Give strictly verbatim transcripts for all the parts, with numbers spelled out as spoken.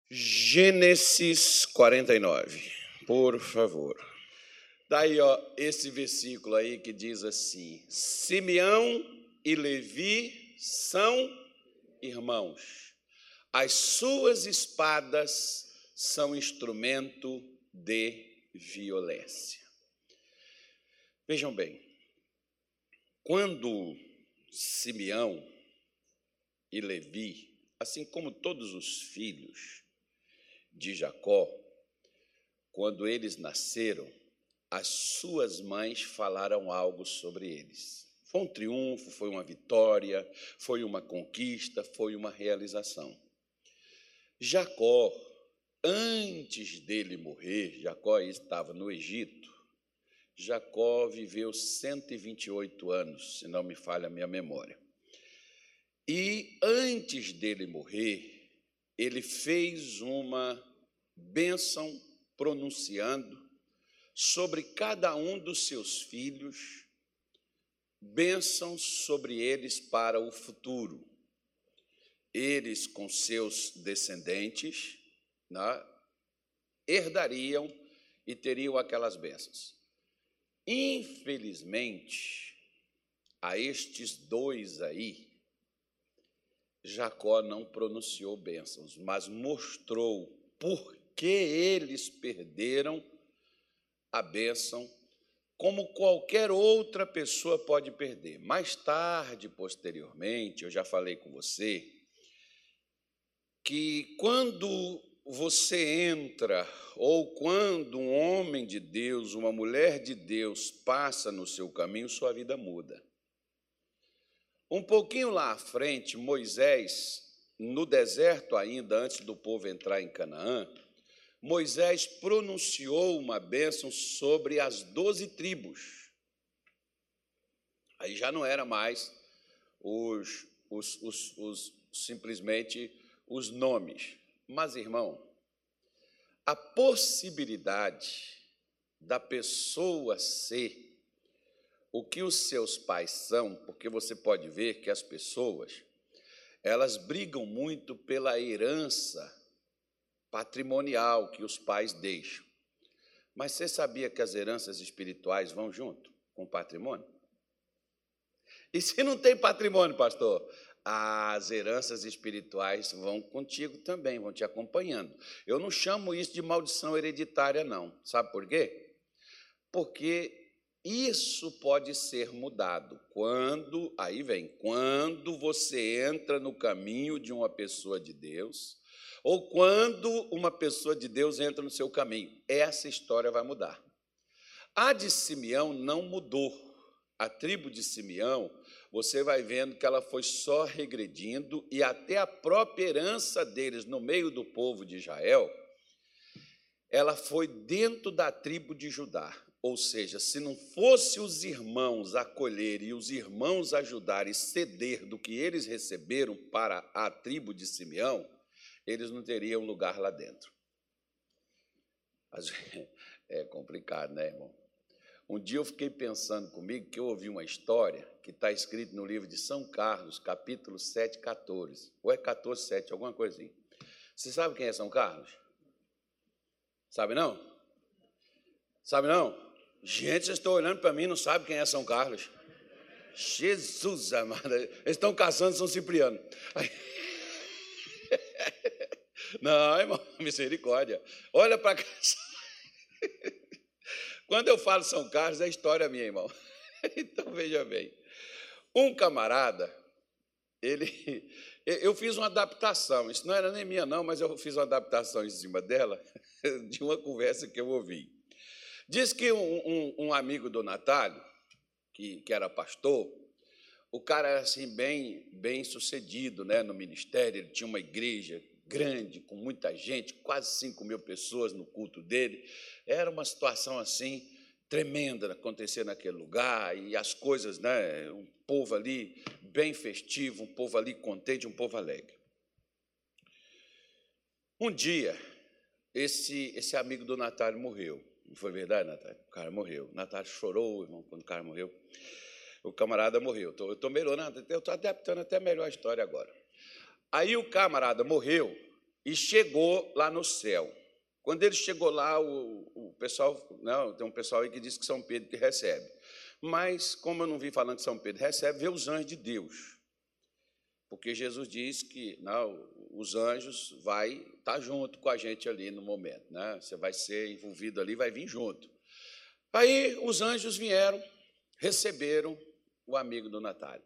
Gênesis quarenta e nove, por favor. Daí, ó, esse versículo aí que diz assim: Simeão e Levi são irmãos, as suas espadas são instrumento de violência. Vejam bem, quando Simeão e Levi, assim como todos os filhos de Jacó, quando eles nasceram, as suas mães falaram algo sobre eles. Foi um triunfo, foi uma vitória, foi uma conquista, foi uma realização. Jacó, antes dele morrer, Jacó estava no Egito, Jacó viveu cento e vinte e oito anos, se não me falha a minha memória. E antes dele morrer, ele fez uma bênção pronunciando sobre cada um dos seus filhos, bênçãos sobre eles para o futuro. Eles, com seus descendentes, né, herdariam e teriam aquelas bênçãos. Infelizmente, a estes dois aí, Jacó não pronunciou bênçãos, mas mostrou por que eles perderam a bênção, como qualquer outra pessoa pode perder. Mais tarde, posteriormente, eu já falei com você, que quando você entra, ou quando um homem de Deus, uma mulher de Deus passa no seu caminho, sua vida muda. Um pouquinho lá à frente, Moisés, no deserto ainda, antes do povo entrar em Canaã, Moisés pronunciou uma bênção sobre as doze tribos. Aí já não era mais os, os, os, os, simplesmente os nomes. Mas, irmão, a possibilidade da pessoa ser o que os seus pais são, porque você pode ver que as pessoas, elas brigam muito pela herança patrimonial que os pais deixam. Mas você sabia que as heranças espirituais vão junto com o patrimônio? E se não tem patrimônio, pastor? As heranças espirituais vão contigo também, vão te acompanhando. Eu não chamo isso de maldição hereditária, não. Sabe por quê? Porque isso pode ser mudado quando, aí vem, quando você entra no caminho de uma pessoa de Deus, ou quando uma pessoa de Deus entra no seu caminho. Essa história vai mudar. A de Simeão não mudou. A tribo de Simeão, você vai vendo que ela foi só regredindo, e até a própria herança deles no meio do povo de Israel, ela foi dentro da tribo de Judá. Ou seja, se não fosse os irmãos acolherem e os irmãos ajudarem e ceder do que eles receberam para a tribo de Simeão, eles não teriam lugar lá dentro. É complicado, né, irmão? Um dia eu fiquei pensando comigo que eu ouvi uma história que está escrita no livro de São Carlos, capítulo sete, quatorze. Ou é quatorze, sete, alguma coisinha. Você sabe quem é São Carlos? Sabe não? Sabe não? Gente, vocês estão olhando para mim e não sabem quem é São Carlos. Jesus amado, eles estão caçando São Cipriano. Não, irmão, misericórdia. Olha para cá. Quando eu falo São Carlos, é história minha, irmão. Então, veja bem. Um camarada, ele... Eu fiz uma adaptação, isso não era nem minha, não, mas eu fiz uma adaptação em cima dela, de uma conversa que eu ouvi. Diz que um, um, um amigo do Natalio, que, que era pastor, o cara era assim, bem, bem sucedido, né, no ministério, ele tinha uma igreja grande, com muita gente, quase cinco mil pessoas no culto dele. Era uma situação assim tremenda acontecer naquele lugar, e as coisas, né, um povo ali bem festivo, um povo ali contente, um povo alegre. Um dia, esse, esse amigo do Natalio morreu. Não foi verdade, Natalio? O cara morreu. O Natalio chorou, irmão, quando o cara morreu. O camarada morreu. Eu estou melhorando, eu estou adaptando até melhor a história agora. Aí o camarada morreu, e chegou lá no céu. Quando ele chegou lá, o, o pessoal, não, tem um pessoal aí que diz que São Pedro que recebe. Mas, como eu não vi falando que São Pedro recebe, vê os anjos de Deus. Porque Jesus diz que não, os anjos vai estar junto com a gente ali no momento, né? Você vai ser envolvido ali, vai vir junto. Aí os anjos vieram, receberam o amigo do Natália.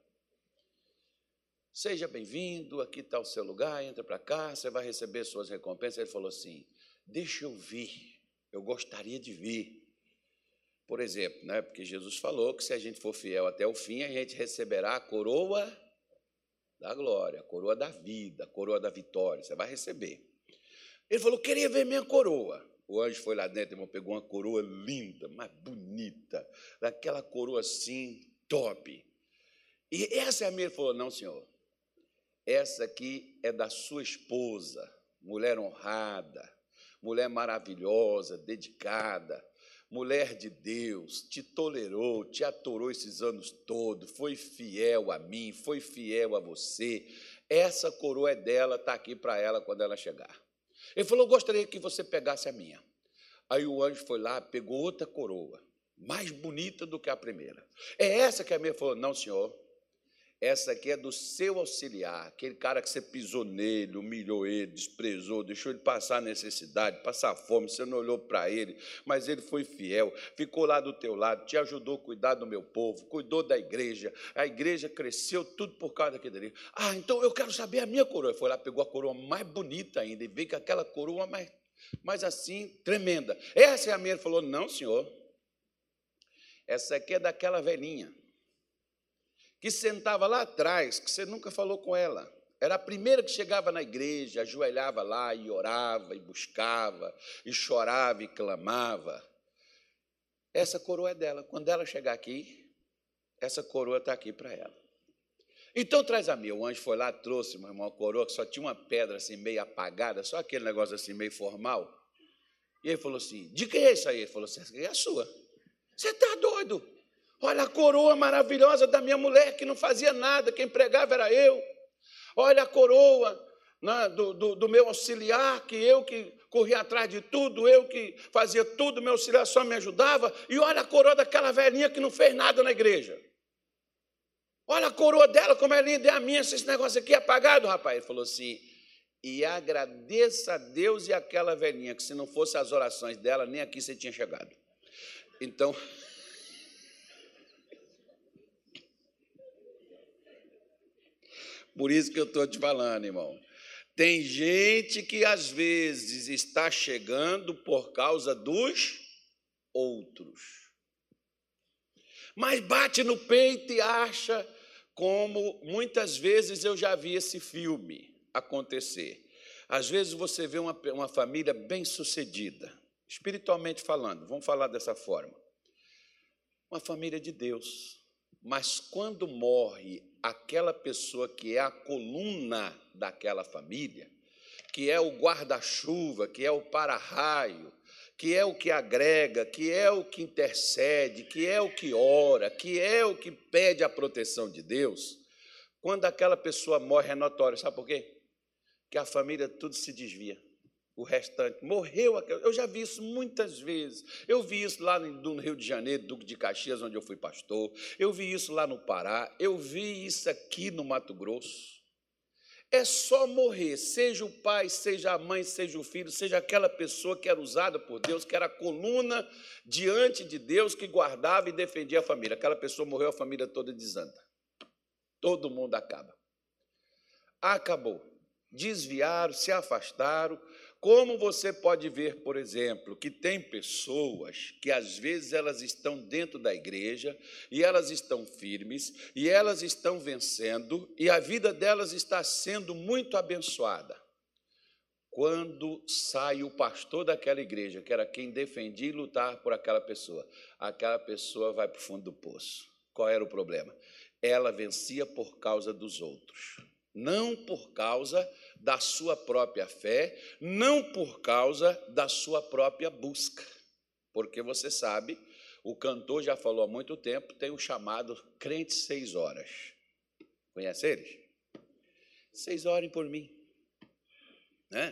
Seja bem-vindo, aqui está o seu lugar, entra para cá, você vai receber suas recompensas. Ele falou assim, deixa eu vir, eu gostaria de vir. Por exemplo, né? Porque Jesus falou que se a gente for fiel até o fim, a gente receberá a coroa da glória, a coroa da vida, a coroa da vitória, você vai receber. Ele falou, queria ver minha coroa. O anjo foi lá dentro, irmão, pegou uma coroa linda, mais bonita, daquela coroa assim, top. E essa é a minha. Ele falou, não, senhor, essa aqui é da sua esposa, mulher honrada, mulher maravilhosa, dedicada, mulher de Deus, te tolerou, te aturou esses anos todos, foi fiel a mim, foi fiel a você. Essa coroa é dela, está aqui para ela quando ela chegar. Ele falou, gostaria que você pegasse a minha. Aí o anjo foi lá, pegou outra coroa, mais bonita do que a primeira. É essa que a minha. Ele falou, não, senhor, essa aqui é do seu auxiliar, aquele cara que você pisou nele, humilhou ele, desprezou, deixou ele passar necessidade, passar fome, você não olhou para ele, mas ele foi fiel, ficou lá do teu lado, te ajudou a cuidar do meu povo, cuidou da igreja, a igreja cresceu tudo por causa daquele dele. Ah, então eu quero saber a minha coroa. Ele foi lá, pegou a coroa mais bonita ainda, e veio com aquela coroa mais, mais assim, tremenda. Essa é a minha. Ele falou, não, senhor, essa aqui é daquela velhinha, que sentava lá atrás, que você nunca falou com ela. Era a primeira que chegava na igreja, ajoelhava lá e orava, e buscava, e chorava, e clamava. Essa coroa é dela. Quando ela chegar aqui, essa coroa está aqui para ela. Então traz a minha. O anjo foi lá, trouxe, meu irmão, uma coroa que só tinha uma pedra assim, meio apagada, só aquele negócio assim, meio formal. E ele falou assim, de que é isso aí? Ele falou assim, essa aqui é a sua. Você está doido? Olha a coroa maravilhosa da minha mulher, que não fazia nada, quem pregava era eu. Olha a coroa, né, do, do, do meu auxiliar, que eu que corria atrás de tudo, eu que fazia tudo, meu auxiliar só me ajudava. E olha a coroa daquela velhinha que não fez nada na igreja. Olha a coroa dela, como é linda, é a minha, esse negócio aqui é apagado, rapaz. Ele falou assim, e agradeça a Deus e aquela velhinha, que se não fosse as orações dela, nem aqui você tinha chegado. Então... Por isso que eu estou te falando, irmão. Tem gente que, às vezes, está chegando por causa dos outros. Mas bate no peito e acha, como muitas vezes eu já vi esse filme acontecer. Às vezes você vê uma, uma família bem-sucedida, espiritualmente falando, vamos falar dessa forma. Uma família de Deus. Mas quando morre aquela pessoa que é a coluna daquela família, que é o guarda-chuva, que é o para-raio, que é o que agrega, que é o que intercede, que é o que ora, que é o que pede a proteção de Deus, quando aquela pessoa morre é notório. Sabe por quê? Que a família tudo se desvia. O restante morreu. Eu já vi isso muitas vezes. Eu vi isso lá no Rio de Janeiro, Duque de Caxias, onde eu fui pastor. Eu vi isso lá no Pará. Eu vi isso aqui no Mato Grosso. É só morrer, seja o pai, seja a mãe, seja o filho, seja aquela pessoa que era usada por Deus, que era a coluna diante de Deus, que guardava e defendia a família. Aquela pessoa morreu, a família toda desanda. Todo mundo acaba. Acabou. Desviaram, se afastaram. Como você pode ver, por exemplo, que tem pessoas que às vezes elas estão dentro da igreja e elas estão firmes e elas estão vencendo e a vida delas está sendo muito abençoada. Quando sai o pastor daquela igreja, que era quem defendia e lutava por aquela pessoa, aquela pessoa vai para o fundo do poço. Qual era o problema? Ela vencia por causa dos outros. Não por causa da sua própria fé, não por causa da sua própria busca. Porque você sabe, o cantor já falou há muito tempo, tem o chamado crente seis horas. Conhece eles? Vocês orem por mim. Né?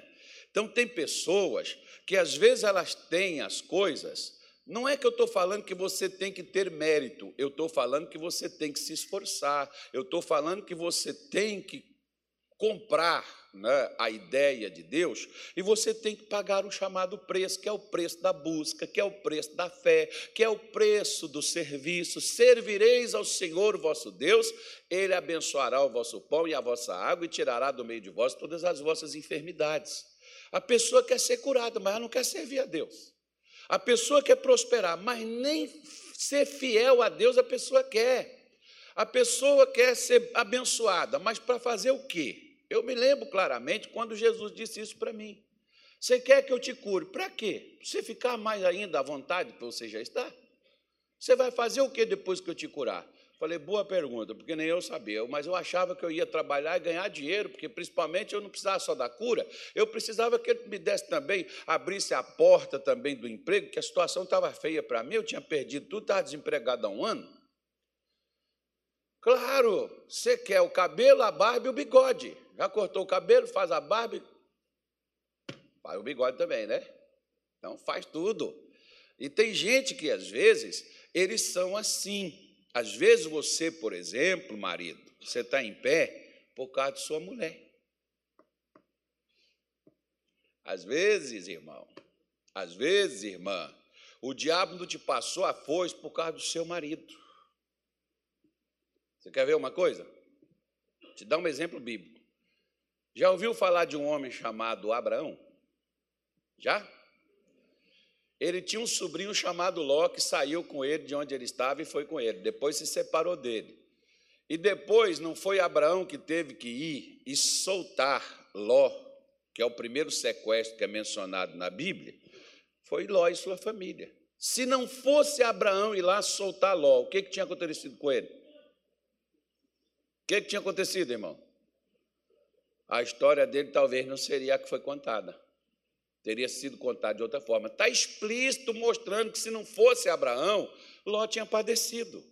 Então, tem pessoas que, às vezes, elas têm as coisas. Não é que eu estou falando que você tem que ter mérito, eu estou falando que você tem que se esforçar, eu estou falando que você tem que comprar, né, a ideia de Deus, e você tem que pagar o chamado preço, que é o preço da busca, que é o preço da fé, que é o preço do serviço. Servireis ao Senhor vosso Deus, Ele abençoará o vosso pão e a vossa água e tirará do meio de vós todas as vossas enfermidades. A pessoa quer ser curada, mas ela não quer servir a Deus. A pessoa quer prosperar, mas nem ser fiel a Deus a pessoa quer. A pessoa quer ser abençoada, mas para fazer o quê? Eu me lembro claramente quando Jesus disse isso para mim. Você quer que eu te cure? Para quê? Para você ficar mais ainda à vontade que você já está? Você vai fazer o quê depois que eu te curar? Falei, boa pergunta, porque nem eu sabia, mas eu achava que eu ia trabalhar e ganhar dinheiro, porque principalmente eu não precisava só da cura, eu precisava que ele me desse também, abrisse a porta também do emprego, que a situação estava feia para mim, eu tinha perdido tudo, estava desempregado há um ano. Claro, você quer o cabelo, a barba e o bigode. Já cortou o cabelo, faz a barba e faz o bigode também, né? Então, faz tudo. E tem gente que, às vezes, eles são assim. Às vezes você, por exemplo, marido, você está em pé por causa de sua mulher. Às vezes, irmão, às vezes, irmã, o diabo não te passou a foice por causa do seu marido. Você quer ver uma coisa? Vou te dar um exemplo bíblico. Já ouviu falar de um homem chamado Abraão? Já? Ele tinha um sobrinho chamado Ló, que saiu com ele de onde ele estava e foi com ele. Depois se separou dele. E depois não foi Abraão que teve que ir e soltar Ló, que é o primeiro sequestro que é mencionado na Bíblia, foi Ló e sua família. Se não fosse Abraão ir lá soltar Ló, o que, que tinha acontecido com ele? O que, que tinha acontecido, irmão? A história dele talvez não seria a que foi contada. Teria sido contada de outra forma. Está explícito mostrando que se não fosse Abraão, Ló tinha padecido.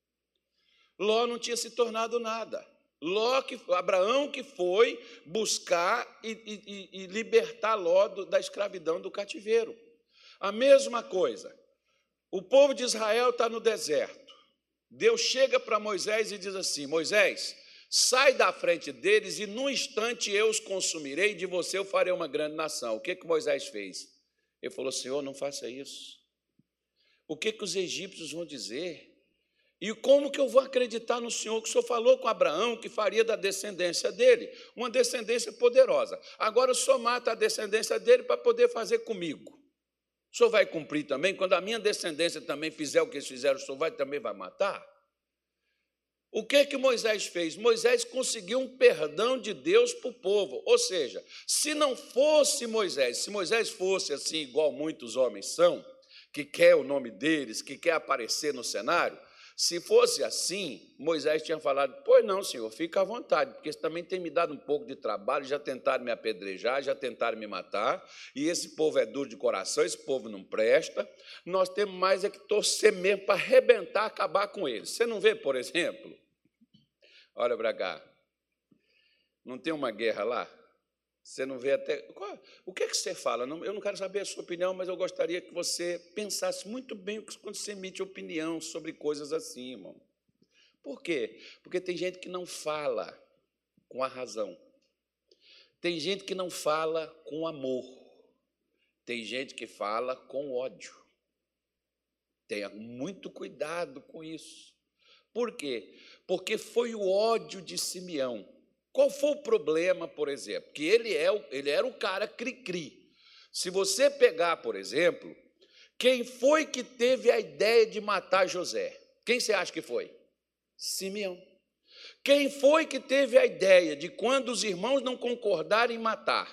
Ló não tinha se tornado nada. Ló que, Abraão que foi buscar e, e, e libertar Ló do, da escravidão do cativeiro. A mesma coisa. O povo de Israel está no deserto. Deus chega para Moisés e diz assim, Moisés, sai da frente deles e num instante eu os consumirei e de você eu farei uma grande nação. O que, que Moisés fez? Ele falou, Senhor, não faça isso. O que, que os egípcios vão dizer? E como que eu vou acreditar no Senhor, que o Senhor falou com Abraão que faria da descendência dele uma descendência poderosa. Agora o Senhor mata a descendência dele para poder fazer comigo. O Senhor vai cumprir também? Quando a minha descendência também fizer o que eles fizeram, o Senhor vai, também vai matar? O que que Moisés fez? Moisés conseguiu um perdão de Deus para o povo. Ou seja, se não fosse Moisés, se Moisés fosse assim, igual muitos homens são, que quer o nome deles, que quer aparecer no cenário, se fosse assim, Moisés tinha falado, pois não, Senhor, fica à vontade, porque isso também tem me dado um pouco de trabalho, já tentaram me apedrejar, já tentaram me matar, e esse povo é duro de coração, esse povo não presta, nós temos mais é que torcer mesmo para arrebentar, acabar com eles. Você não vê, por exemplo, olha para cá, não tem uma guerra lá? Você não vê até... O que é que você fala? Eu não quero saber a sua opinião, mas eu gostaria que você pensasse muito bem quando você emite opinião sobre coisas assim, irmão. Por quê? Porque tem gente que não fala com a razão. Tem gente que não fala com amor. Tem gente que fala com ódio. Tenha muito cuidado com isso. Por quê? Porque foi o ódio de Simeão. Qual foi o problema, por exemplo? Que ele, é, ele era o cara cri-cri. Se você pegar, por exemplo, quem foi que teve a ideia de matar José? Quem você acha que foi? Simeão. Quem foi que teve a ideia de, quando os irmãos não concordarem em matar?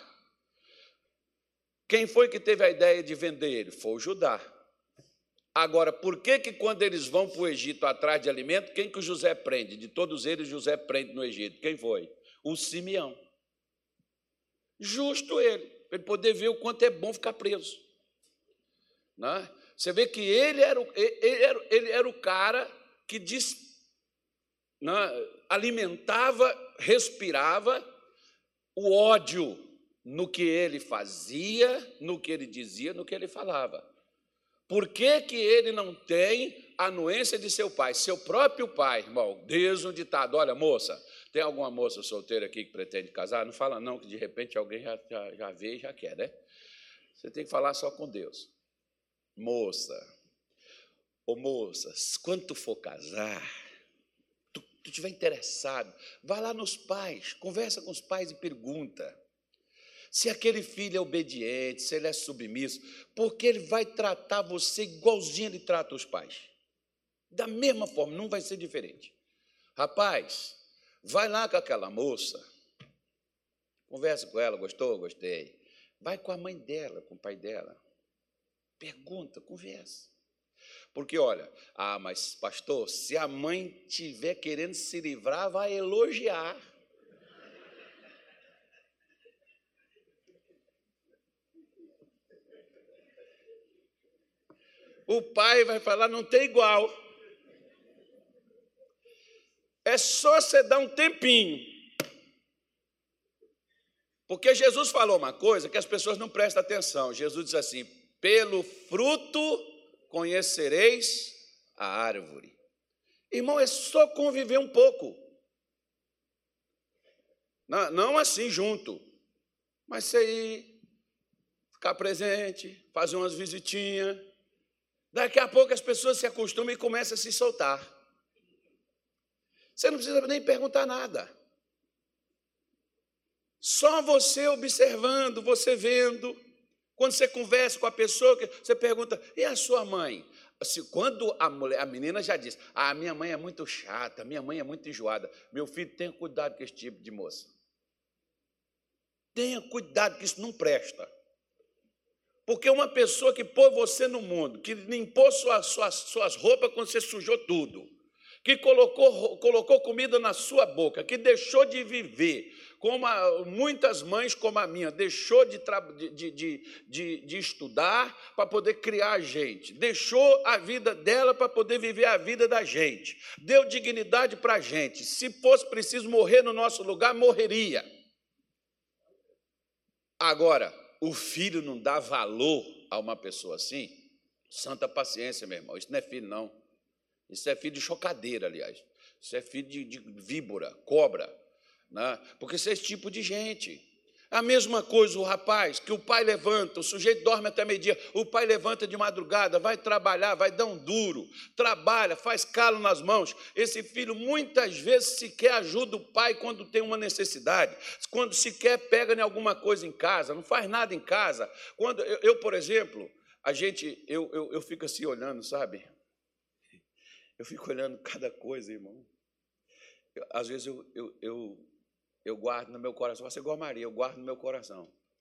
Quem foi que teve a ideia de vender ele? Foi o Judá. Agora, por que que quando eles vão para o Egito atrás de alimento, quem que o José prende? De todos eles, José prende no Egito. Quem foi? O Simeão. Justo ele, para ele poder ver o quanto é bom ficar preso. Não é? Você vê que ele era o, ele era, ele era o cara que diz, não é? Alimentava, respirava o ódio, no que ele fazia, no que ele dizia, no que ele falava. Por que que ele não tem a anuência de seu pai? Seu próprio pai, irmão, Deus um ditado. Olha, moça, tem alguma moça solteira aqui que pretende casar? Não fala não, que de repente alguém já, já, já vê e já quer, né? Você tem que falar só com Deus. Moça, ô moça, quando tu for casar, tu, tu estiver interessado, vai lá nos pais, conversa com os pais e pergunta se aquele filho é obediente, se ele é submisso, porque ele vai tratar você igualzinho ele trata os pais. Da mesma forma, não vai ser diferente. Rapaz, vai lá com aquela moça, conversa com ela, gostou? Gostei. Vai com a mãe dela, com o pai dela. Pergunta, conversa. Porque, olha, ah, mas, pastor, se a mãe estiver querendo se livrar, vai elogiar. O pai vai falar, não tem igual. É só você dar um tempinho. Porque Jesus falou uma coisa que as pessoas não prestam atenção. Jesus diz assim, pelo fruto conhecereis a árvore. Irmão, é só conviver um pouco. Não, não assim junto, mas você ir, ficar presente, fazer umas visitinhas. Daqui a pouco as pessoas se acostumam e começam a se soltar. Você não precisa nem perguntar nada. Só você observando, você vendo. Quando você conversa com a pessoa, você pergunta, e a sua mãe? Assim, quando a, mulher, a menina já diz, ah, minha mãe é muito chata, minha mãe é muito enjoada. Meu filho, tenha cuidado com esse tipo de moça. Tenha cuidado, que isso não presta. Porque uma pessoa que pôs você no mundo, que limpou suas, suas, suas roupas quando você sujou tudo, que colocou, colocou comida na sua boca, que deixou de viver, como a, muitas mães como a minha, deixou de, de, de, de, de estudar para poder criar a gente, deixou a vida dela para poder viver a vida da gente, deu dignidade para a gente. Se fosse preciso morrer no nosso lugar, morreria. Agora, o filho não dá valor a uma pessoa assim? Santa paciência, meu irmão. Isso não é filho, não. Isso é filho de chocadeira, aliás. Isso é filho de, de víbora, cobra. Né? Porque isso é esse tipo de gente. A mesma coisa o rapaz, que o pai levanta, o sujeito dorme até meio-dia, o pai levanta de madrugada, vai trabalhar, vai dar um duro, trabalha, faz calo nas mãos. Esse filho muitas vezes sequer ajuda o pai quando tem uma necessidade, quando sequer pega em alguma coisa em casa, não faz nada em casa. Quando eu, eu por exemplo, a gente, eu, eu, eu fico assim olhando, sabe? Eu fico olhando cada coisa, irmão. Eu, às vezes eu, eu, eu Eu guardo no meu coração, você é igual a Maria, eu guardo no meu coração.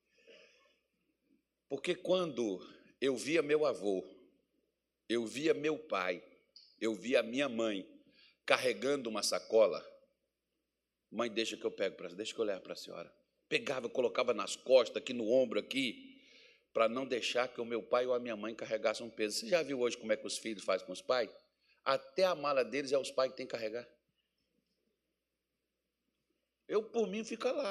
Porque quando eu via meu avô, eu via meu pai, eu via minha mãe carregando uma sacola, mãe, deixa que eu pego, pra, deixa que eu levo para a senhora. Pegava, colocava nas costas, aqui no ombro, aqui, para não deixar que o meu pai ou a minha mãe carregassem um peso. Você já viu hoje como é que os filhos fazem com os pais? Até a mala deles é os pais que têm que carregar. Eu, por mim, fica lá.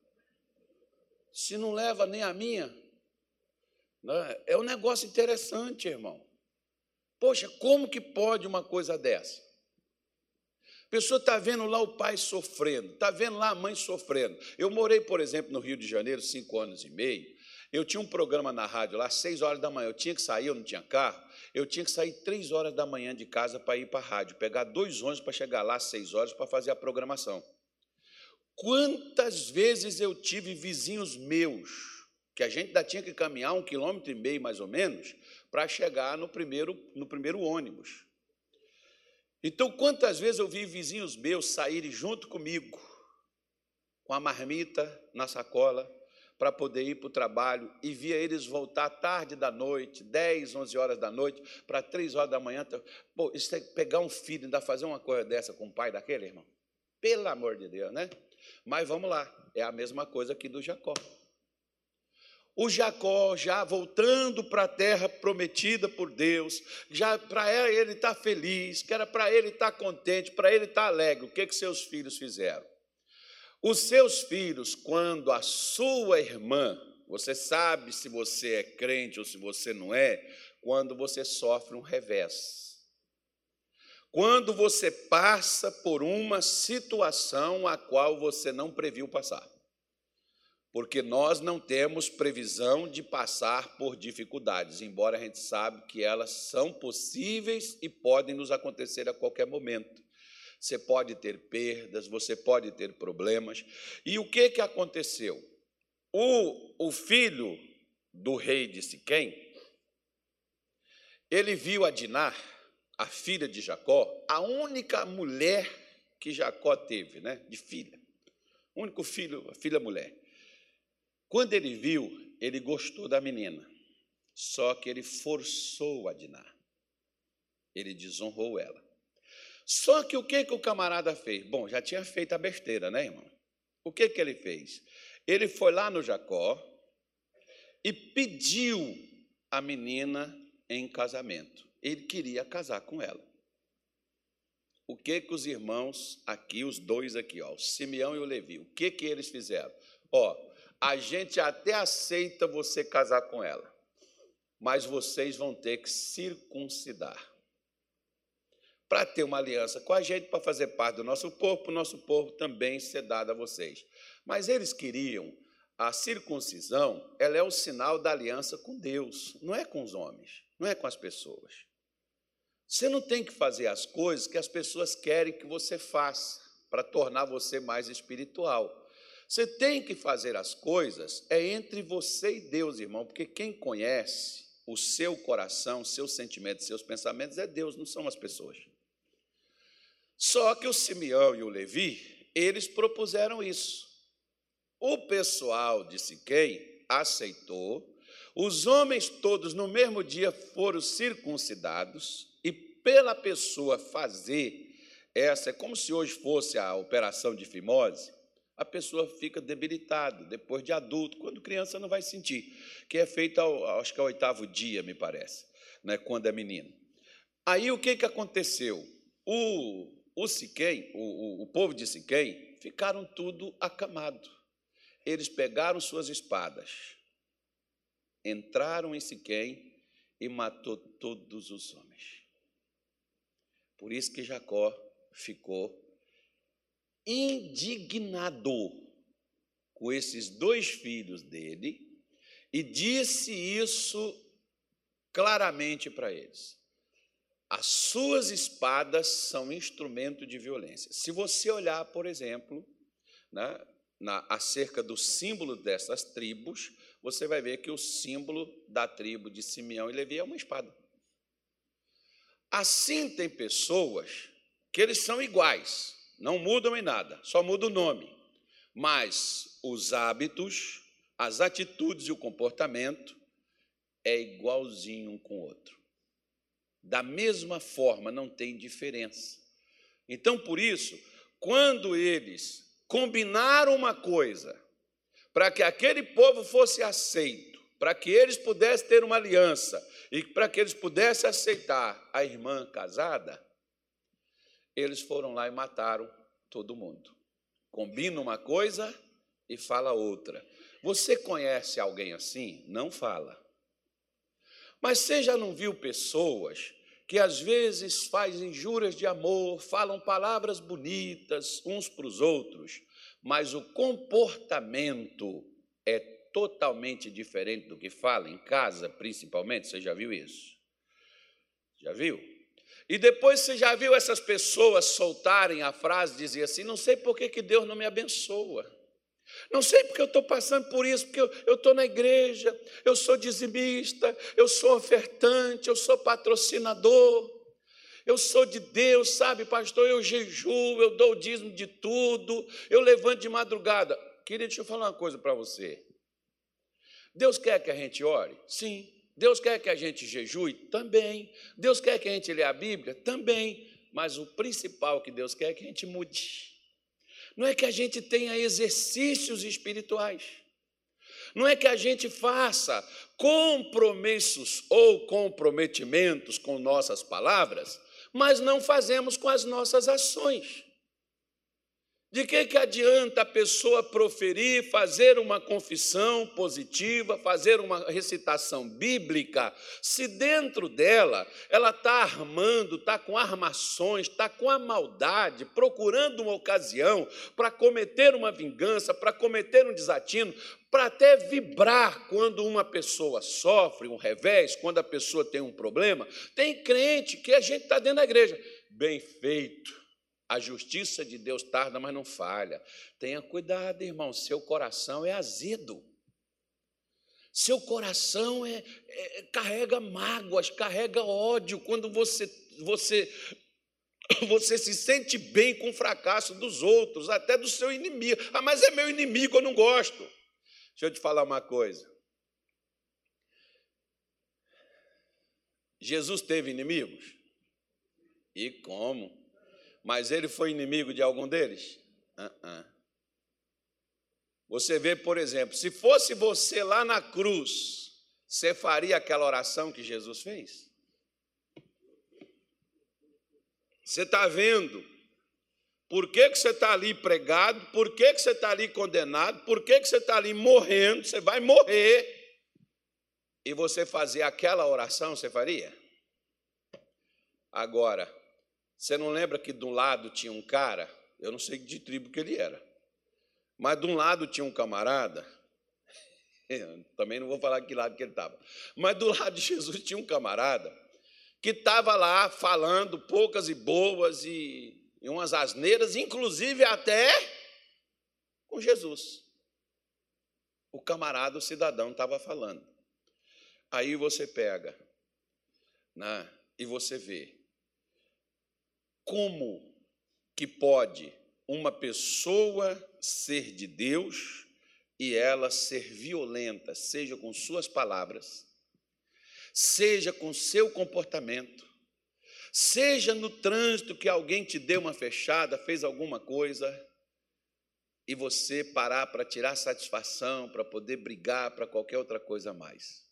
Se não leva nem a minha, né? É um negócio interessante, irmão. Poxa, como que pode uma coisa dessa? A pessoa está vendo lá o pai sofrendo, está vendo lá a mãe sofrendo. Eu morei, por exemplo, no Rio de Janeiro, cinco anos e meio. Eu tinha um programa na rádio lá, seis horas da manhã. Eu tinha que sair, eu não tinha carro. Eu tinha que sair três horas da manhã de casa para ir para a rádio, pegar dois ônibus para chegar lá às seis horas para fazer a programação. Quantas vezes eu tive vizinhos meus, que a gente ainda tinha que caminhar um quilômetro e meio, mais ou menos, para chegar no primeiro, no primeiro ônibus. Então, quantas vezes eu vi vizinhos meus saírem junto comigo, com a marmita na sacola, para poder ir para o trabalho, e via eles voltar tarde da noite, dez, onze horas da noite, para três horas da manhã. Pô, isso é pegar um filho, ainda fazer uma coisa dessa com o pai daquele, irmão? Pelo amor de Deus, né? Mas vamos lá, é a mesma coisa aqui do Jacó. O Jacó, já voltando para a terra prometida por Deus, já para ele estar feliz, que era para ele estar contente, para ele estar alegre, o que que seus filhos fizeram? Os seus filhos, quando a sua irmã, você sabe se você é crente ou se você não é, quando você sofre um revés. Quando você passa por uma situação a qual você não previu passar. Porque nós não temos previsão de passar por dificuldades, embora a gente saiba que elas são possíveis e podem nos acontecer a qualquer momento. Você pode ter perdas, você pode ter problemas. E o que, que aconteceu? O, o filho do rei de Siquém, ele viu a Diná, a filha de Jacó, a única mulher que Jacó teve, né, de filha. O único filho, a filha mulher. Quando ele viu, ele gostou da menina, só que ele forçou a Diná. Ele desonrou ela. Só que o que, que o camarada fez? Bom, já tinha feito a besteira, né, irmão? O que, que ele fez? Ele foi lá no Jacó e pediu a menina em casamento. Ele queria casar com ela. O que, que os irmãos aqui, os dois aqui, ó, o Simeão e o Levi, o que, que eles fizeram? Ó, a gente até aceita você casar com ela, mas vocês vão ter que circuncidar. Para ter uma aliança com a gente, para fazer parte do nosso povo, para o nosso povo também ser dado a vocês. Mas eles queriam, a circuncisão, ela é o sinal da aliança com Deus, não é com os homens, não é com as pessoas. Você não tem que fazer as coisas que as pessoas querem que você faça, para tornar você mais espiritual. Você tem que fazer as coisas, é entre você e Deus, irmão, porque quem conhece o seu coração, seus sentimentos, seus pensamentos, é Deus, não são as pessoas. Só que o Simeão e o Levi, eles propuseram isso. O pessoal de Siquém aceitou, os homens todos no mesmo dia foram circuncidados, e pela pessoa fazer essa, é como se hoje fosse a operação de fimose, a pessoa fica debilitada, depois de adulto, quando criança não vai sentir, que é feito, ao, acho que ao oitavo dia, me parece, né, quando é menino. Aí o que, que aconteceu? O, o Siquém, o, o, o povo de Siquém, ficaram tudo acamado. Eles pegaram suas espadas, entraram em Siquém e matou todos os homens. Por isso que Jacó ficou indignado com esses dois filhos dele e disse isso claramente para eles. As suas espadas são instrumento de violência. Se você olhar, por exemplo, né, na, acerca do símbolo dessas tribos, você vai ver que o símbolo da tribo de Simeão e Levi é uma espada. Assim, tem pessoas que eles são iguais, não mudam em nada, só muda o nome. Mas os hábitos, as atitudes e o comportamento é igualzinho um com o outro. Da mesma forma, não tem diferença. Então, por isso, quando eles combinaram uma coisa para que aquele povo fosse aceito, para que eles pudessem ter uma aliança e para que eles pudessem aceitar a irmã casada, eles foram lá e mataram todo mundo. Combina uma coisa e fala outra. Você conhece alguém assim? Não fala. Mas você já não viu pessoas que às vezes fazem juras de amor, falam palavras bonitas uns para os outros, mas o comportamento é totalmente diferente do que fala em casa, principalmente? Você já viu isso? Já viu? E depois você já viu essas pessoas soltarem a frase, dizer assim, não sei por que que Deus não me abençoa. Não sei porque eu estou passando por isso, porque eu estou na igreja, eu sou dizimista, eu sou ofertante, eu sou patrocinador, eu sou de Deus, sabe, pastor, eu jejuo, eu dou o dízimo de tudo, eu levanto de madrugada. Querido, deixa eu falar uma coisa para você. Deus quer que a gente ore? Sim. Deus quer que a gente jejue? Também. Deus quer que a gente leia a Bíblia? Também. Mas o principal que Deus quer é que a gente mude. Não é que a gente tenha exercícios espirituais. Não é que a gente faça compromissos ou comprometimentos com nossas palavras, mas não fazemos com as nossas ações. De que, que adianta a pessoa proferir, fazer uma confissão positiva, fazer uma recitação bíblica, se dentro dela ela está armando, está com armações, está com a maldade, procurando uma ocasião para cometer uma vingança, para cometer um desatino, para até vibrar quando uma pessoa sofre um revés, quando a pessoa tem um problema. Tem crente que a gente está dentro da igreja. Bem feito. A justiça de Deus tarda, mas não falha. Tenha cuidado, irmão, seu coração é azedo. Seu coração é, é, carrega mágoas, carrega ódio. Quando você, você, você se sente bem com o fracasso dos outros, até do seu inimigo. Ah, mas é meu inimigo, eu não gosto. Deixa eu te falar uma coisa. Jesus teve inimigos? E como? Mas ele foi inimigo de algum deles? Uh-uh. Você vê, por exemplo, se fosse você lá na cruz, você faria aquela oração que Jesus fez? Você está vendo? Por que, que você está ali pregado? Por que, que você está ali condenado? Por que, que você está ali morrendo? Você vai morrer. E você fazer aquela oração, você faria? Agora, você não lembra que de um lado tinha um cara, eu não sei de tribo que ele era, mas de um lado tinha um camarada, também não vou falar que lado que ele estava, mas do lado de Jesus tinha um camarada que estava lá falando poucas e boas e, e umas asneiras, inclusive até com Jesus. O camarada, o cidadão, estava falando. Aí você pega, né, e você vê como que pode uma pessoa ser de Deus e ela ser violenta, seja com suas palavras, seja com seu comportamento, seja no trânsito que alguém te deu uma fechada, fez alguma coisa, e você parar para tirar satisfação, para poder brigar, para qualquer outra coisa a mais.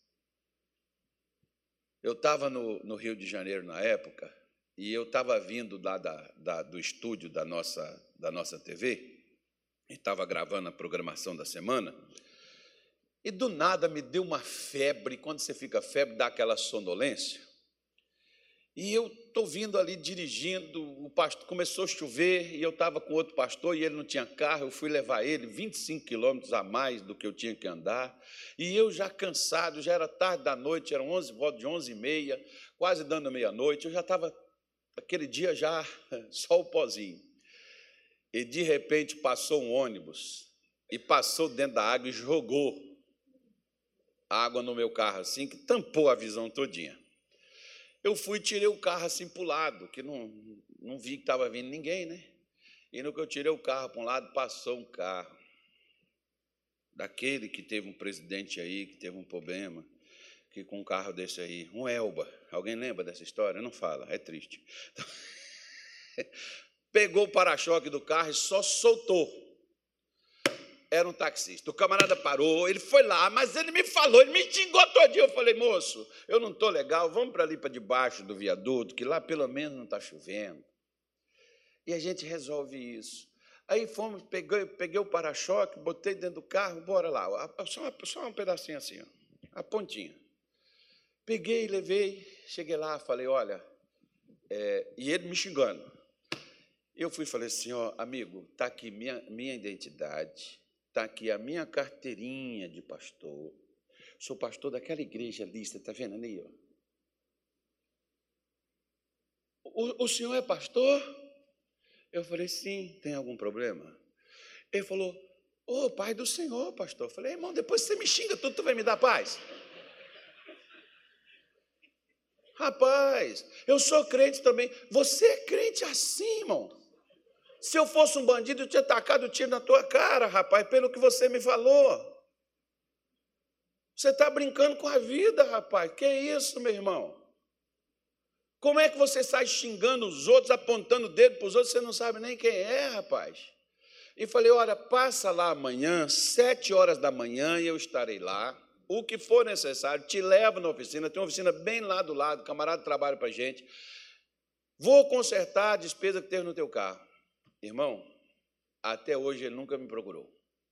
Eu estava no, no Rio de Janeiro na época, e eu estava vindo lá da, da, do estúdio da nossa, da nossa T V, e estava gravando a programação da semana, e do nada me deu uma febre. Quando você fica febre, dá aquela sonolência. E eu estou vindo ali dirigindo, o pastor, começou a chover, e eu estava com outro pastor, e ele não tinha carro, eu fui levar ele vinte e cinco quilômetros a mais do que eu tinha que andar, e eu já cansado, já era tarde da noite, eram onze, volta de onze e meia, quase dando meia-noite, eu já estava, aquele dia já, só o pozinho. E, de repente, passou um ônibus, e passou dentro da água e jogou água no meu carro, assim, que tampou a visão todinha. Eu fui e tirei o carro assim para o lado, que não, não vi que estava vindo ninguém, né? E no que eu tirei o carro para um lado, passou um carro. Daquele que teve um presidente aí, que teve um problema, que com um carro desse aí, um Elba. Alguém lembra dessa história? Não fala, é triste. Então, pegou o para-choque do carro e só soltou. Era um taxista. O camarada parou, ele foi lá, mas ele me falou, ele me xingou todinho. Eu falei, moço, eu não estou legal, vamos para ali para debaixo do viaduto, que lá pelo menos não está chovendo. E a gente resolve isso. Aí fomos, peguei, peguei o para-choque, botei dentro do carro, bora lá. Só, só um pedacinho assim, ó, a pontinha. Peguei, levei, cheguei lá, falei, olha, é, e ele me xingando. Eu fui e falei assim, ó, amigo, está aqui minha, minha identidade, está aqui a minha carteirinha de pastor. Sou pastor daquela igreja ali, você está vendo ali? Ó. O, o senhor é pastor? Eu falei, sim, tem algum problema? Ele falou, ô, oh, pai do senhor, pastor. Eu falei, irmão, depois você me xinga tudo, tu vai me dar paz? Rapaz, eu sou crente também. Você é crente assim, irmão? Se eu fosse um bandido, eu tinha tacado o tiro na tua cara, rapaz, pelo que você me falou. Você está brincando com a vida, rapaz. Que isso, meu irmão? Como é que você sai xingando os outros, apontando o dedo para os outros, você não sabe nem quem é, rapaz? E falei, olha, passa lá amanhã, sete horas da manhã, e eu estarei lá. O que for necessário, te levo na oficina, tem uma oficina bem lá do lado, o camarada trabalha para a gente. Vou consertar a despesa que teve no teu carro. Irmão, Até hoje ele nunca me procurou.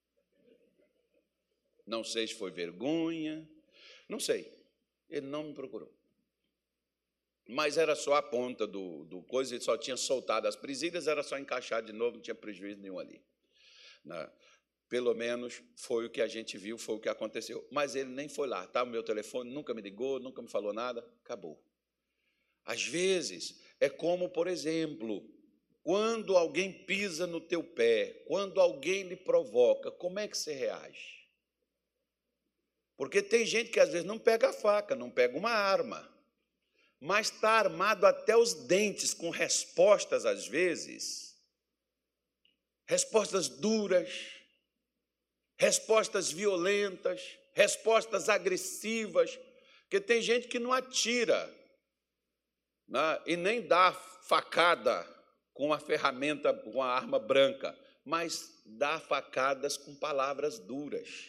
Não sei se foi vergonha, não sei. Ele não me procurou. Mas era só a ponta do, do coisa, ele só tinha soltado as presilhas, era só encaixar de novo, não tinha prejuízo nenhum ali. Na, pelo menos foi o que a gente viu, foi o que aconteceu. Mas ele nem foi lá, tá? O meu telefone nunca me ligou, nunca me falou nada, acabou. Às vezes, é como, por exemplo, quando alguém pisa no teu pé, quando alguém lhe provoca, como é que você reage? Porque tem gente que às vezes não pega a faca, não pega uma arma, mas está armado até os dentes com respostas, às vezes, respostas duras, respostas violentas, respostas agressivas, porque tem gente que não atira, né, e nem dá facada com a ferramenta, com a arma branca, mas dá facadas com palavras duras.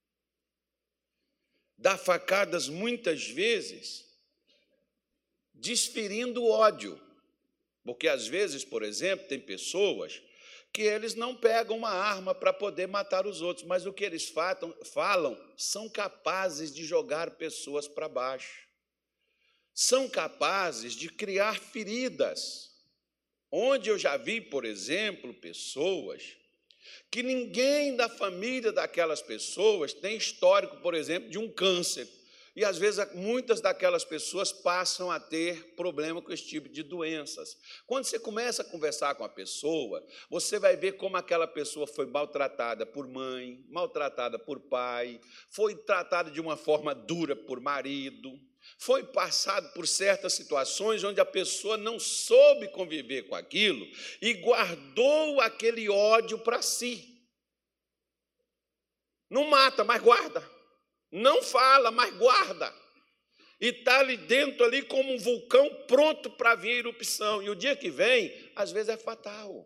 Dá facadas, muitas vezes, desferindo ódio. Porque, às vezes, por exemplo, tem pessoas que eles não pegam uma arma para poder matar os outros, mas o que eles falam, falam são capazes de jogar pessoas para baixo. São capazes de criar feridas. Onde eu já vi, por exemplo, pessoas que ninguém da família daquelas pessoas tem histórico, por exemplo, de um câncer. E, às vezes, muitas daquelas pessoas passam a ter problema com esse tipo de doenças. Quando você começa a conversar com a pessoa, você vai ver como aquela pessoa foi maltratada por mãe, maltratada por pai, foi tratada de uma forma dura por marido, foi passado por certas situações onde a pessoa não soube conviver com aquilo e guardou aquele ódio para si. Não mata, mas guarda. Não fala, mas guarda. E está ali dentro, ali como um vulcão pronto para vir a erupção. E o dia que vem, às vezes é fatal.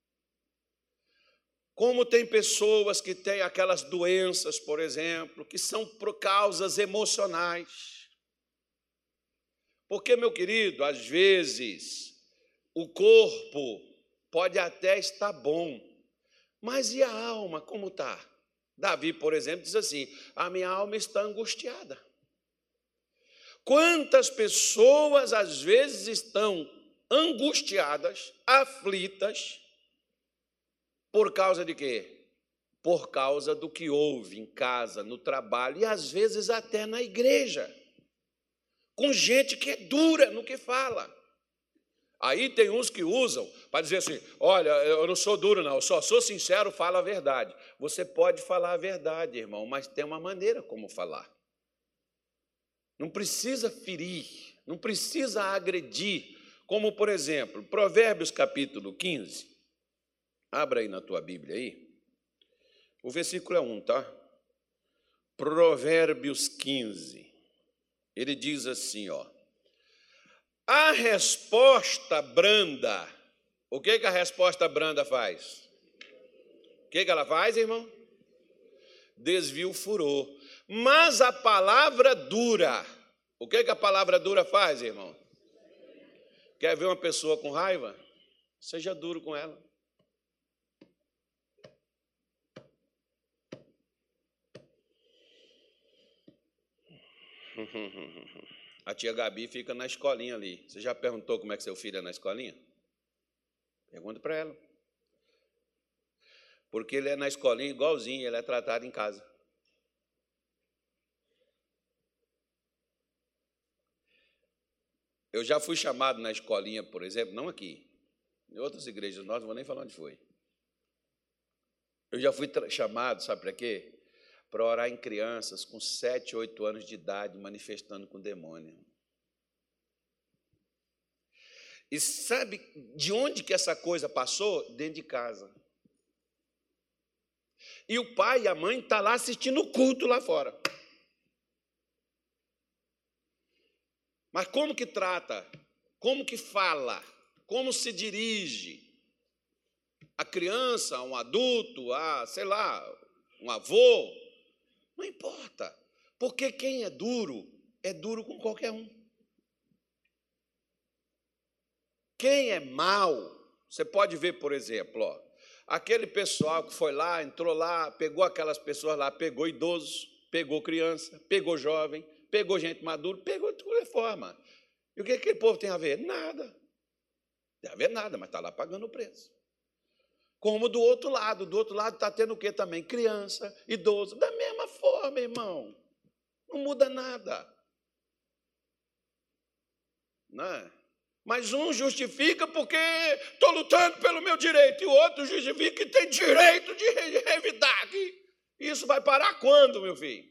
Como tem pessoas que têm aquelas doenças, por exemplo, que são por causas emocionais. Porque, meu querido, às vezes, o corpo pode até estar bom, mas e a alma, como está? Davi, por exemplo, diz assim, a minha alma está angustiada. Quantas pessoas, às vezes, estão angustiadas, aflitas, por causa de quê? Por causa do que houve em casa, no trabalho e, às vezes, até na igreja. Com gente que é dura no que fala. Aí tem uns que usam para dizer assim, olha, eu não sou duro não, eu só sou sincero, falo a verdade. Você pode falar a verdade, irmão, mas tem uma maneira como falar. Não precisa ferir, não precisa agredir, como, por exemplo, Provérbios capítulo quinze, abra aí na tua Bíblia aí, o versículo é um, tá? Provérbios quinze, ele diz assim, ó, a resposta branda, o que, que a resposta branda faz? O que, que ela faz, irmão? Desvia o furor. Mas a palavra dura, o que, que a palavra dura faz, irmão? Quer ver uma pessoa com raiva? Seja duro com ela. A tia Gabi fica na escolinha ali. Você já perguntou como é que seu filho é na escolinha? Pergunta para ela. Porque ele é na escolinha igualzinho, ele é tratado em casa. Eu já fui chamado na escolinha, por exemplo, não aqui, em outras igrejas nossas, não vou nem falar onde foi. Eu já fui chamado, sabe para quê? Para orar em crianças com sete, oito anos de idade, manifestando com demônio. E sabe de onde que essa coisa passou? Dentro de casa. E o pai e a mãe estão lá assistindo o culto lá fora. Mas como que trata? Como que fala? Como se dirige? A criança, a um adulto, a, sei lá, um avô? Não importa. Porque quem é duro, é duro com qualquer um. Quem é mau, você pode ver, por exemplo, ó, aquele pessoal que foi lá, entrou lá, pegou aquelas pessoas lá, pegou idosos, pegou criança, pegou jovem, pegou gente madura, pegou de qualquer forma. E o que aquele povo tem a ver? Nada. Não tem a ver nada, mas está lá pagando o preço. Como do outro lado, do outro lado está tendo o quê também? Criança, idoso, da mesma forma, irmão. Não muda nada. Não é? Mas um justifica porque estou lutando pelo meu direito, e o outro justifica que tem direito de revidar. Isso vai parar quando, meu filho?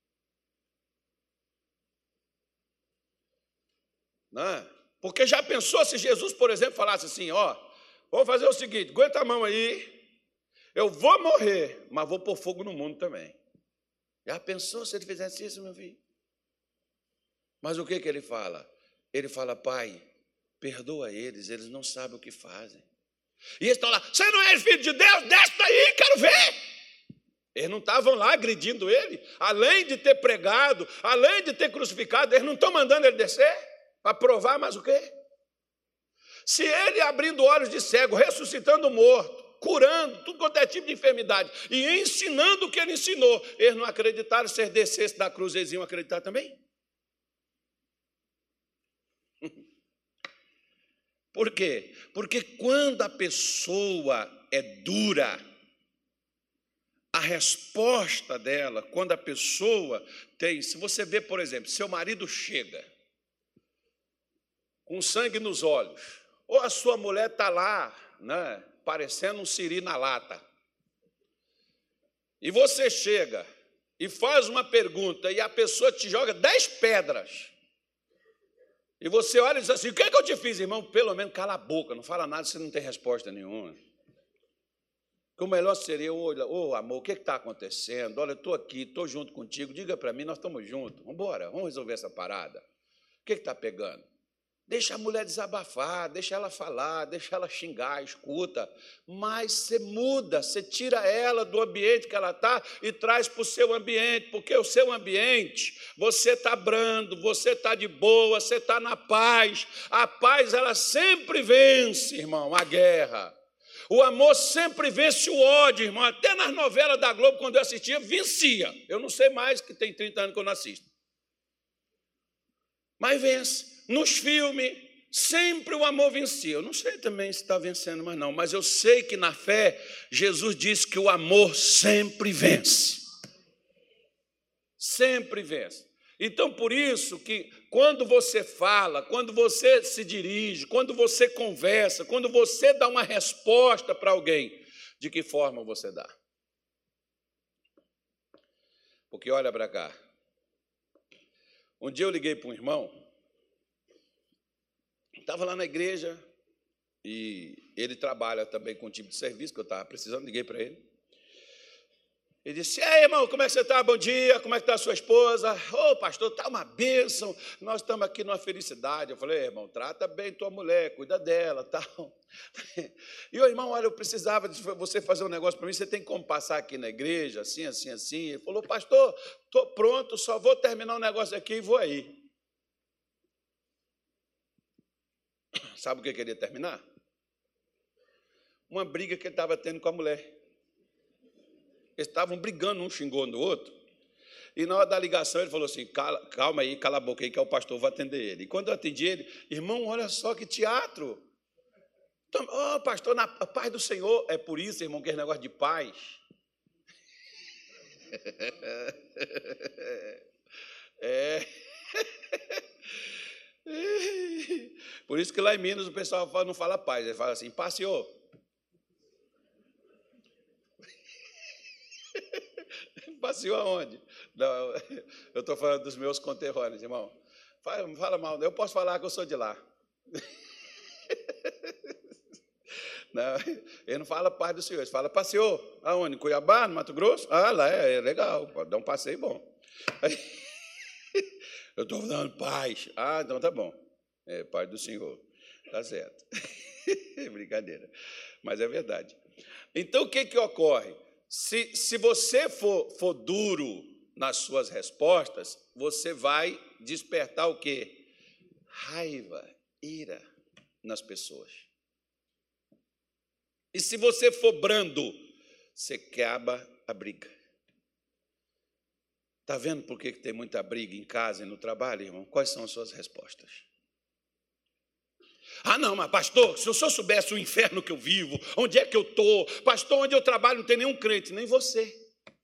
Não é? Porque já pensou se Jesus, por exemplo, falasse assim, ó, vou fazer o seguinte, aguenta a mão aí, eu vou morrer, mas vou pôr fogo no mundo também. Já pensou se ele fizesse isso, meu filho? Mas o que, que ele fala? Ele fala, Pai, perdoa eles, eles não sabem o que fazem. E eles estão lá, você não é filho de Deus? Desce daí, quero ver. Eles não estavam lá agredindo ele, além de ter pregado, além de ter crucificado, eles não estão mandando ele descer para provar mais o quê? Se ele abrindo olhos de cego, ressuscitando morto, curando tudo quanto é tipo de enfermidade e ensinando o que ele ensinou, eles não acreditaram, se ele descesse da cruz, eles iam acreditar também? Por quê? Porque quando a pessoa é dura, a resposta dela, quando a pessoa tem... Se você vê, por exemplo, seu marido chega com sangue nos olhos, ou a sua mulher está lá, né, parecendo um siri na lata, e você chega e faz uma pergunta e a pessoa te joga dez pedras, e você olha e diz assim, o que é que eu te fiz, irmão? Pelo menos cala a boca, não fala nada, você não tem resposta nenhuma. Que o melhor seria, olha, ô amor, o que está acontecendo? Olha, eu estou aqui, estou junto contigo, diga para mim, nós estamos juntos, vamos embora, vamos resolver essa parada. O que está pegando? Deixa a mulher desabafar, deixa ela falar, deixa ela xingar, escuta, mas você muda, você tira ela do ambiente que ela está e traz para o seu ambiente, porque o seu ambiente, você está brando, você está de boa, você está na paz. A paz, ela sempre vence, irmão, a guerra. O amor sempre vence o ódio, irmão. Até nas novelas da Globo, quando eu assistia, vencia. Eu não sei mais, que tem trinta anos que eu não assisto. Mas vence. Nos filmes, sempre o amor vencia. Eu não sei também se está vencendo mais não, mas eu sei que na fé, Jesus disse que o amor sempre vence. Sempre vence. Então, por isso que quando você fala, quando você se dirige, quando você conversa, quando você dá uma resposta para alguém, de que forma você dá? Porque olha para cá. Um dia eu liguei para um irmão, estava lá na igreja, e ele trabalha também com um tipo de serviço que eu estava precisando, liguei para ele. Ele disse, ei, irmão, como é que você está? Bom dia, como é que está a sua esposa? Ô, oh, pastor, está uma bênção, nós estamos aqui numa felicidade. Eu falei, irmão, trata bem tua mulher, cuida dela, tal. E o irmão, olha, eu precisava de você fazer um negócio para mim, você tem como passar aqui na igreja, assim, assim, assim. Ele falou, pastor, estou pronto, só vou terminar um negócio aqui e vou aí. Sabe o que eu queria terminar? Uma briga que ele estava tendo com a mulher. Eles estavam brigando, um xingou no outro. E na hora da ligação ele falou assim, calma, calma aí, cala a boca aí que é o pastor, vou atender ele. E quando eu atendi ele, irmão, olha só que teatro. Ô, oh, pastor, na paz do Senhor. É por isso, irmão, que é negócio de paz. É... Por isso que lá em Minas o pessoal não fala paz, ele fala assim, passeou. Passeou aonde? Não, eu estou falando dos meus conterrâneos, irmão. Fala, fala mal, eu posso falar que eu sou de lá. Não, ele não fala paz do Senhor, ele fala passeou. Aonde? Cuiabá, no Mato Grosso? Ah, lá é, é legal, pode dar um passeio bom. Aí, eu estou dando paz. Ah, então tá bom. É, paz do Senhor. Tá certo. Brincadeira. Mas é verdade. Então, o que, que ocorre? Se, se você for, for duro nas suas respostas, você vai despertar o quê? Raiva, ira nas pessoas. E se você for brando, você acaba a briga. Está vendo por que tem muita briga em casa e no trabalho, irmão? Quais são as suas respostas? Ah, não, mas pastor, se eu só soubesse o inferno que eu vivo, onde é que eu estou, pastor, onde eu trabalho não tem nenhum crente, nem você.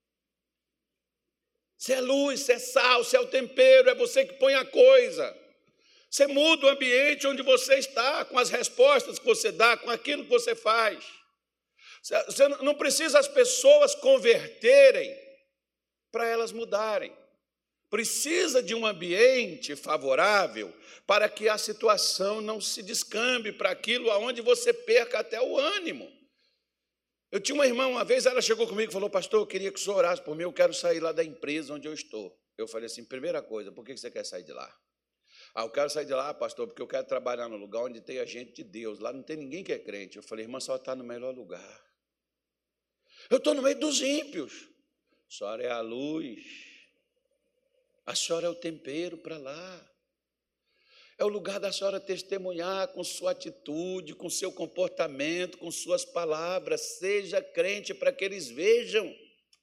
Você é luz, você é sal, você é o tempero, é você que põe a coisa. Você muda o ambiente onde você está, com as respostas que você dá, com aquilo que você faz. Você não precisa as pessoas converterem para elas mudarem. Precisa de um ambiente favorável para que a situação não se descambe para aquilo aonde você perca até o ânimo. Eu tinha uma irmã, uma vez, ela chegou comigo e falou, pastor, eu queria que o senhor orasse por mim, eu quero sair lá da empresa onde eu estou. Eu falei assim, primeira coisa, por que você quer sair de lá? Ah, eu quero sair de lá, pastor, porque eu quero trabalhar no lugar onde tem a gente de Deus, lá não tem ninguém que é crente. Eu falei, irmã, só está no melhor lugar. Eu estou no meio dos ímpios. A senhora é a luz, a senhora é o tempero para lá. É o lugar da senhora testemunhar com sua atitude, com seu comportamento, com suas palavras. Seja crente para que eles vejam.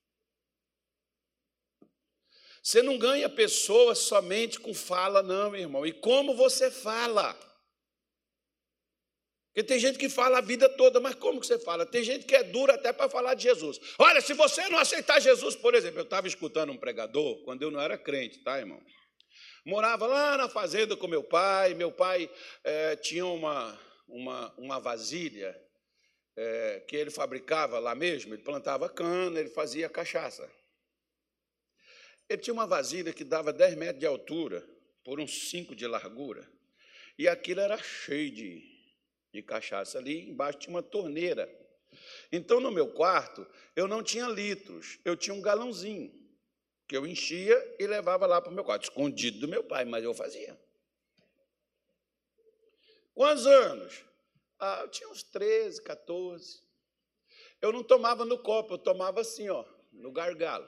Você não ganha pessoas somente com fala, não, meu irmão. E como você fala? Porque tem gente que fala a vida toda, mas como que você fala? Tem gente que é dura até para falar de Jesus. Olha, se você não aceitar Jesus, por exemplo, eu estava escutando um pregador, quando eu não era crente, tá, irmão? Morava lá na fazenda com meu pai. Meu pai é, tinha uma, uma, uma vasilha é, que ele fabricava lá mesmo. Ele plantava cana, ele fazia cachaça. Ele tinha uma vasilha que dava dez metros de altura, por uns cinco de largura. E aquilo era cheio de, de cachaça. Ali embaixo tinha uma torneira. Então, no meu quarto, eu não tinha litros, eu tinha um galãozinho, que eu enchia e levava lá para o meu quarto, escondido do meu pai, mas eu fazia. Quantos anos? Ah, eu tinha uns treze, quatorze. Eu não tomava no copo, eu tomava assim, ó, no gargalo.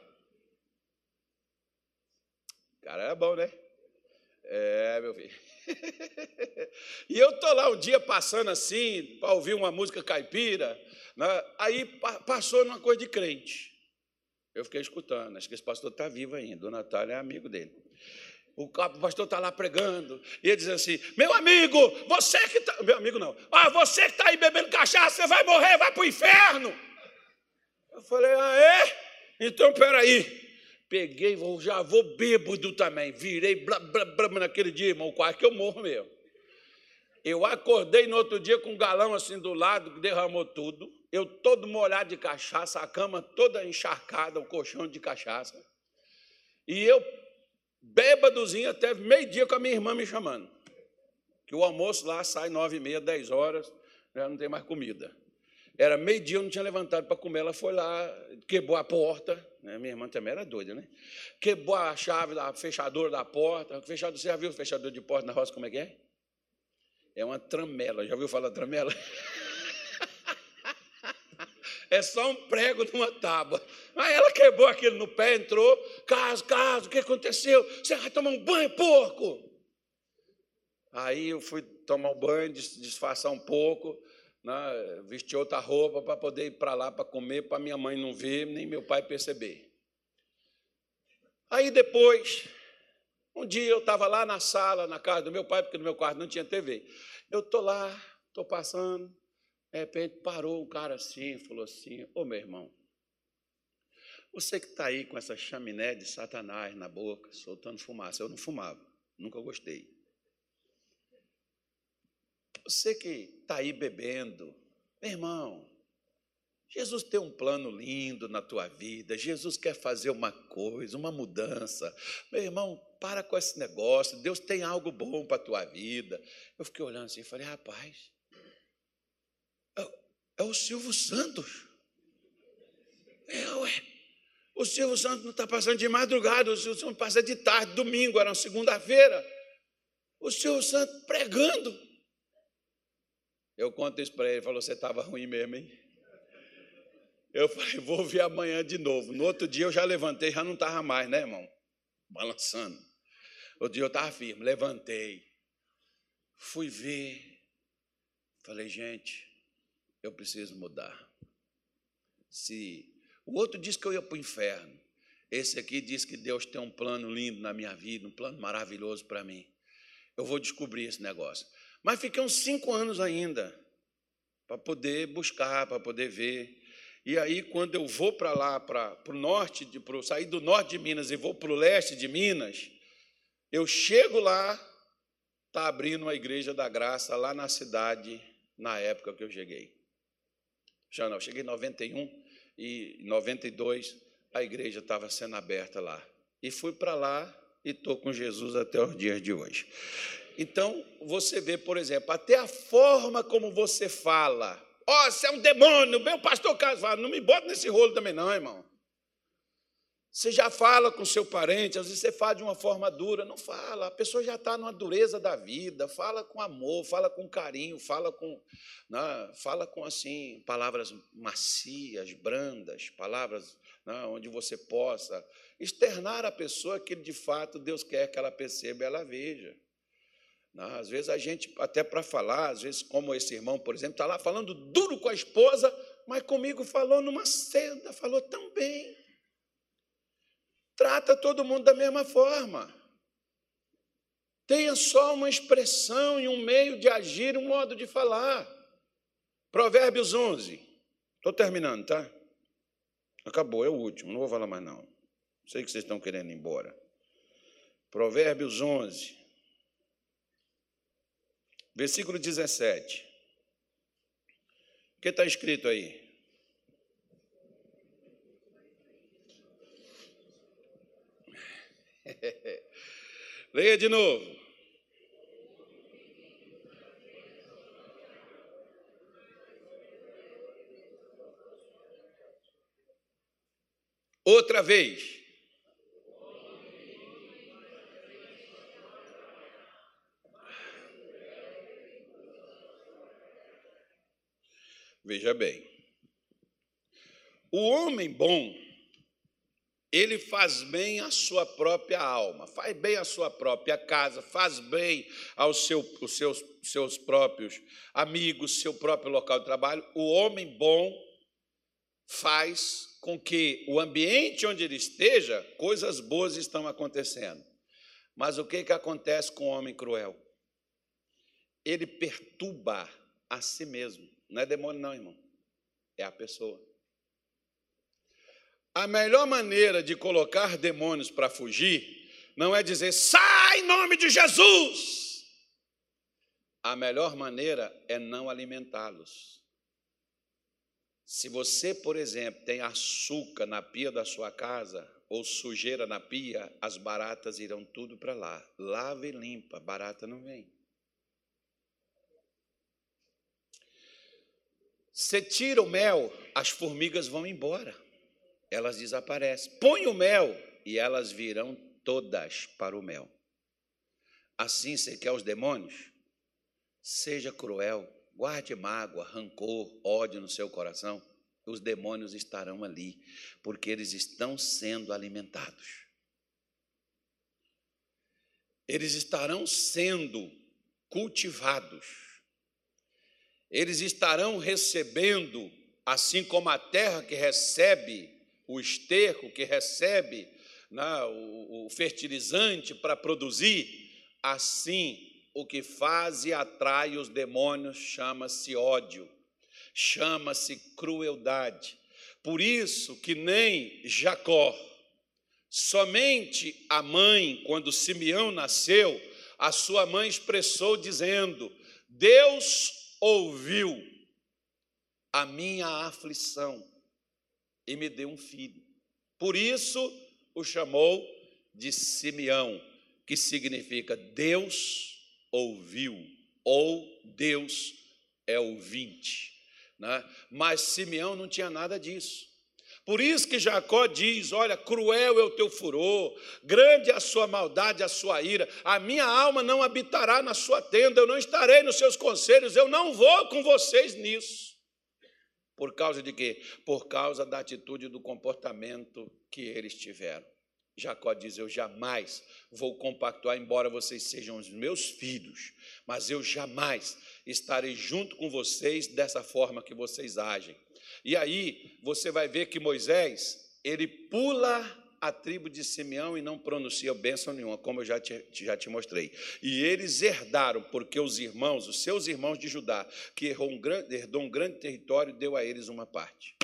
Cara, era bom, né? É, meu filho. E eu estou lá um dia passando assim, para ouvir uma música caipira, né? Aí passou numa coisa de crente. Eu fiquei escutando, acho que esse pastor está vivo ainda, o Natália é amigo dele. O pastor está lá pregando, e ele diz assim, meu amigo, você que está... Meu amigo não. Ah, você que está aí bebendo cachaça, você vai morrer, vai para o inferno. Eu falei, ah, é? Então, peraí. Peguei, já vou bêbado também. Virei blá, blá, blá, naquele dia, irmão, quase que eu morro mesmo. Eu acordei no outro dia com um galão assim do lado, que derramou tudo. Eu todo molhado de cachaça, a cama toda encharcada, o colchão de cachaça. E eu, bêbadozinho, até meio-dia com a minha irmã me chamando. Que o almoço lá sai nove e meia, dez horas, já não tem mais comida. Era meio-dia, eu não tinha levantado para comer. Ela foi lá, quebrou a porta. Né? Minha irmã também era doida, né? Quebrou a chave, a fechadura da porta. O fechador, você já viu o fechador de porta na roça, como é que é? É uma tramela. Já ouviu falar tramela? É só um prego numa tábua. Aí ela quebrou aquilo no pé, entrou. Caso, caso, o que aconteceu? Você vai tomar um banho, porco? Aí eu fui tomar um banho, disfarçar um pouco, né? Vestir outra roupa para poder ir para lá para comer, para minha mãe não ver, nem meu pai perceber. Aí depois, um dia eu estava lá na sala, na casa do meu pai, porque no meu quarto não tinha T V. Eu estou lá, estou passando, de repente parou um cara assim, falou assim, ô meu irmão, você que está aí com essa chaminé de Satanás na boca, soltando fumaça. Eu não fumava, nunca gostei. Você que está aí bebendo, meu irmão, Jesus tem um plano lindo na tua vida, Jesus quer fazer uma coisa, uma mudança. Meu irmão, para com esse negócio, Deus tem algo bom para a tua vida. Eu fiquei olhando assim e falei, rapaz, é, é o Silvio Santos. É, ué, o Silvio Santos não está passando de madrugada, o Silvio Santos passa de tarde, domingo, era uma segunda-feira. O Silvio Santos pregando. Eu conto isso para ele, ele falou, você estava ruim mesmo, hein? Eu falei, vou ouvir amanhã de novo. No outro dia eu já levantei, já não estava mais, né, irmão? Balançando. Outro dia eu estava firme, levantei. Fui ver. Falei, gente, eu preciso mudar. Se o outro diz que eu ia para o inferno, esse aqui diz que Deus tem um plano lindo na minha vida, um plano maravilhoso para mim. Eu vou descobrir esse negócio. Mas fiquei uns cinco anos ainda para poder buscar, para poder ver. E aí, quando eu vou para lá, para o norte, de, pro, sair do norte de Minas e vou para o leste de Minas, eu chego lá, está abrindo uma igreja da graça lá na cidade, na época que eu cheguei. Já não, eu cheguei em noventa e um e em noventa e dois a igreja estava sendo aberta lá. E fui para lá e estou com Jesus até os dias de hoje. Então, você vê, por exemplo, até a forma como você fala. Ó, oh, você é um demônio, meu pastor Carlos fala, não me bota nesse rolo também não, irmão. Você já fala com seu parente, às vezes você fala de uma forma dura, não fala, a pessoa já está numa dureza da vida, fala com amor, fala com carinho, fala com, né, fala com assim, palavras macias, brandas, palavras, né, onde você possa externar à pessoa aquilo de fato Deus quer que ela perceba e ela veja. Às vezes a gente, até para falar, às vezes como esse irmão, por exemplo, está lá falando duro com a esposa, mas comigo falou numa seda, falou tão bem. Trata todo mundo da mesma forma. Tenha só uma expressão e um meio de agir, um modo de falar. Provérbios onze. Estou terminando, tá? Acabou, é o último, não vou falar mais não. Sei que vocês estão querendo ir embora. Provérbios onze. Versículo dezessete. O que está escrito aí? Leia de novo. Outra vez. Veja bem. O homem bom, ele faz bem à sua própria alma, faz bem à sua própria casa, faz bem aos seu, os seus, seus próprios amigos, seu próprio local de trabalho. O homem bom faz com que o ambiente onde ele esteja, coisas boas estão acontecendo. Mas o que, que acontece com o homem cruel? Ele perturba a si mesmo. Não é demônio não, irmão. É a pessoa. A melhor maneira de colocar demônios para fugir não é dizer, sai em nome de Jesus. A melhor maneira é não alimentá-los. Se você, por exemplo, tem açúcar na pia da sua casa ou sujeira na pia, as baratas irão tudo para lá. Lava e limpa, barata não vem. Você tira o mel, as formigas vão embora. Elas desaparecem. Põe o mel e elas virão todas para o mel. Assim, você quer os demônios? Seja cruel, guarde mágoa, rancor, ódio no seu coração. Os demônios estarão ali, porque eles estão sendo alimentados. Eles estarão sendo cultivados. Eles estarão recebendo, assim como a terra que recebe o esterco, que recebe, né, o, o fertilizante para produzir, assim o que faz e atrai os demônios chama-se ódio, chama-se crueldade. Por isso que nem Jacó, somente a mãe, quando Simeão nasceu, a sua mãe expressou dizendo, Deus ouviu a minha aflição e me deu um filho. Por isso o chamou de Simeão, que significa Deus ouviu, ou Deus é ouvinte, né? Mas Simeão não tinha nada disso. Por isso que Jacó diz, olha, cruel é o teu furor, grande é a sua maldade, a sua ira, a minha alma não habitará na sua tenda, eu não estarei nos seus conselhos, eu não vou com vocês nisso. Por causa de quê? Por causa da atitude do comportamento que eles tiveram. Jacó diz, eu jamais vou compactuar, embora vocês sejam os meus filhos, mas eu jamais estarei junto com vocês dessa forma que vocês agem. E aí você vai ver que Moisés, ele pula a tribo de Simeão e não pronuncia bênção nenhuma, como eu já te, já te mostrei. E eles herdaram, porque os irmãos, os seus irmãos de Judá, que herdou um grande, herdou um grande território, deu a eles uma parte.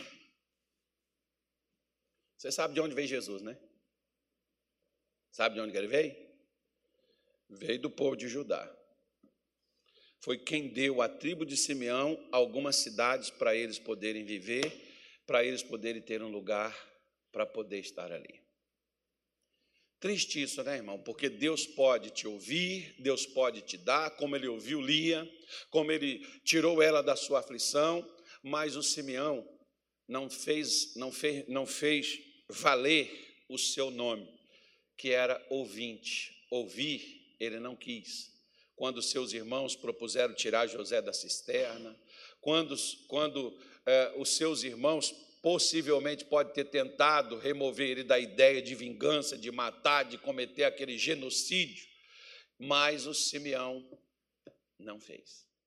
Você sabe de onde veio Jesus, né? Sabe de onde ele veio? Veio do povo de Judá. Foi quem deu à tribo de Simeão algumas cidades para eles poderem viver, para eles poderem ter um lugar para poder estar ali. Triste isso, né, irmão? Porque Deus pode te ouvir, Deus pode te dar, como ele ouviu Lia, como ele tirou ela da sua aflição, mas o Simeão não fez, não fez, não fez valer o seu nome, que era ouvinte. Ouvir, ele não quis. Quando seus irmãos propuseram tirar José da cisterna, quando, quando eh, os seus irmãos possivelmente podem ter tentado remover ele da ideia de vingança, de matar, de cometer aquele genocídio, mas o Simeão não fez.